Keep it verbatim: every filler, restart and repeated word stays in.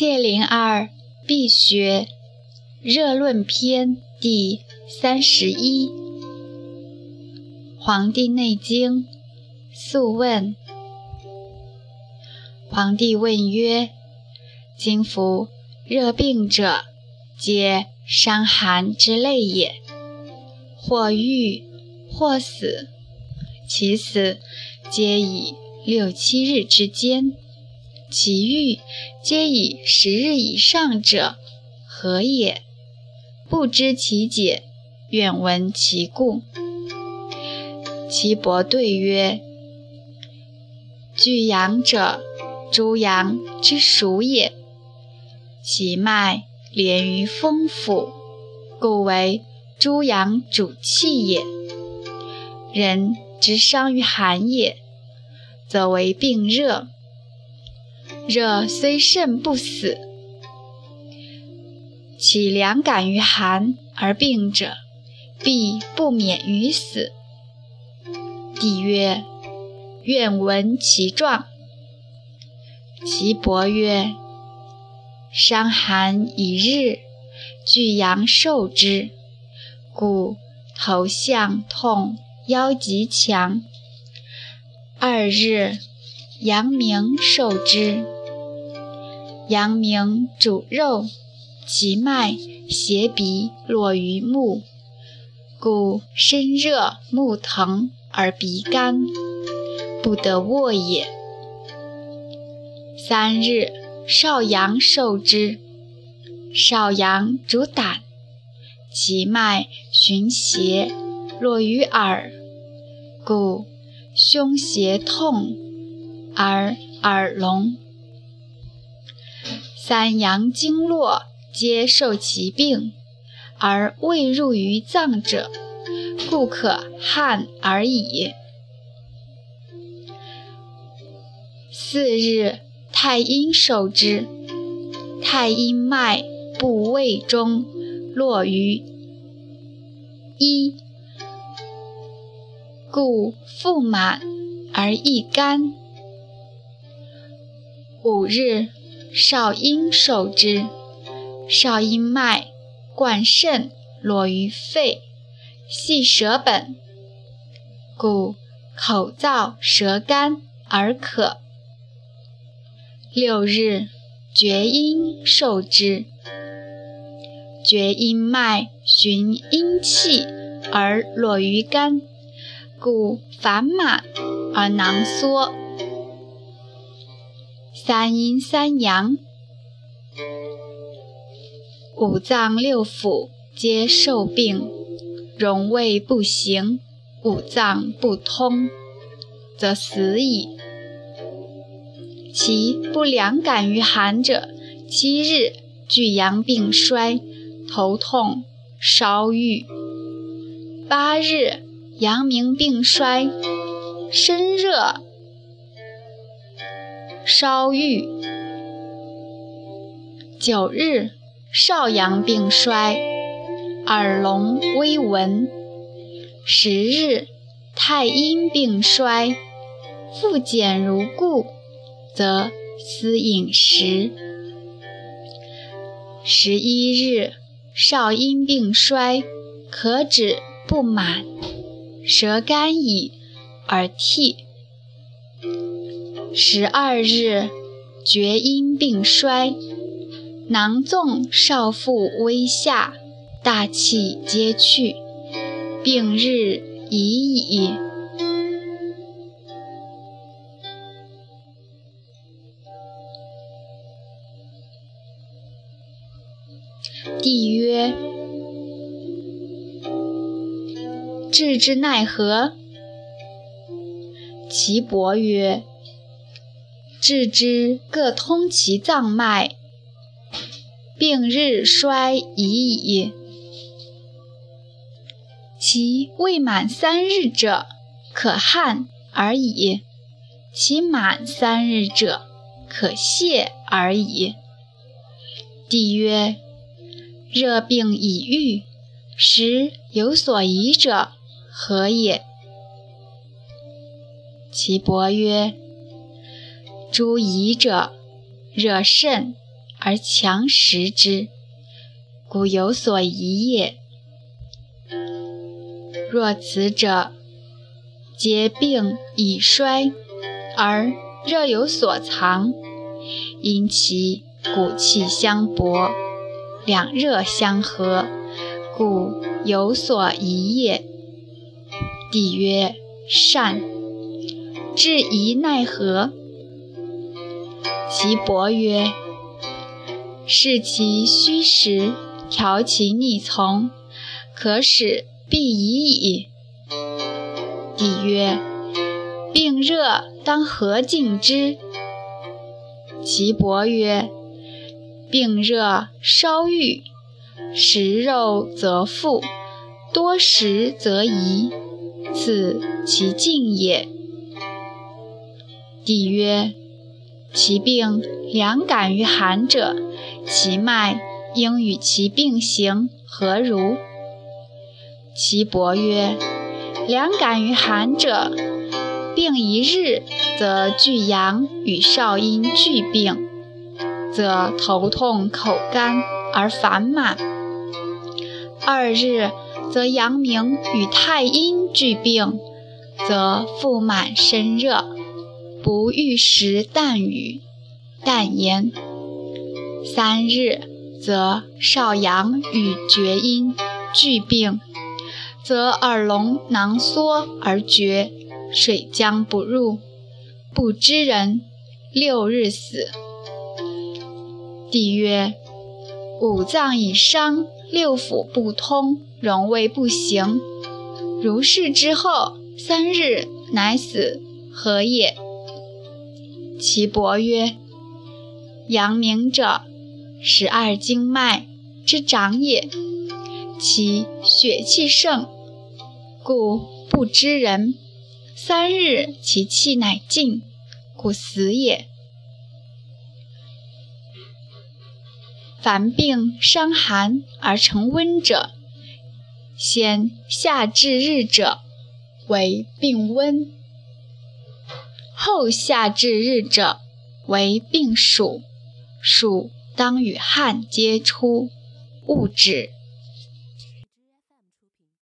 谢灵儿必学热论篇第三十一。黄帝内经素问。黄帝问曰：今夫热病者，皆伤寒之类也，或愈，或死，其死皆以六七日之间，其愈皆以十日以上者，何也？不知其解，愿闻其故。岐伯对曰：巨阳者，诸阳之属也，其脉连于风府，故为诸阳主气也。人之伤于寒也，则为病热。热虽甚不死，其凉感于寒而病者，必不免于死。帝曰：愿闻其状。岐伯曰：伤寒一日，巨阳受之，故头项痛，腰极强。二日，阳明受之，阳明主肉，其脉胁鼻络于目，故身热目疼而鼻干，不得卧也。三日，少阳受之，少阳主胆，其脉循胁络于耳，故胸胁痛而耳聋。三阳经络皆受其病，而未入于脏者，故可汗而已。四日，太阴受之，太阴脉部胃中络于一，故腹满而易干。五日，少阴受之，少阴脉贯肾络于肺，系舌本，故口燥舌干而渴。六日，厥阴受之，厥阴脉循阴气而络于肝，故烦满而囊缩。三阴三阳，五脏六腑皆受病，荣卫不行，五脏不通，则死矣。其不凉感于寒者，七日巨阳病衰，头痛烧郁；八日阳明病衰，身热烧郁；九日少阳病衰，耳聋微闻；十日太阴病衰，腹减如故，则思饮食。十一日，少阴病衰，可止不满，舌干矣而涕。十二日，厥阴病衰，囊纵少腹微下，大气皆去，病日已矣。帝曰：治之奈何？岐伯曰：治之各通其脏脉，病日衰已矣。其未满三日者，可汗而已；其满三日者，可泻而已。帝曰：热病已愈，时有所疑者，何也？岐伯曰：诸疑者，热甚而强食之，故有所宜也。若此者，皆病已衰，而热有所藏，因其骨气相搏，两热相合，故有所宜也。帝曰：善。至宜奈何？岐伯曰：视其虚实，调其逆从，可使必宜矣。帝曰：病热当何尽之？岐伯曰：病热稍愈，食肉则复，多食则宜，此其尽也。帝曰：其病两感于寒者，其脉应与其病形何如？岐伯曰：两感于寒者，病一日，则巨阳与少阴俱病，则头痛口干而烦满；二日，则阳明与太阴俱病，则腹满身热，不欲食淡语、淡言；三日，则少阳与厥阴俱病，则耳聋囊缩而绝，水浆不入，不知人，六日死。帝曰：五脏已伤，六腑不通，荣卫不行，如是之后，三日乃死，何也？岐伯曰：阳明者，十二经脉之长也，其血气盛，故不知人，三日其气乃尽，故死也。凡病伤寒而成温者，先夏至日者为病温，后夏至日者为病暑，暑当与汗皆出，勿止。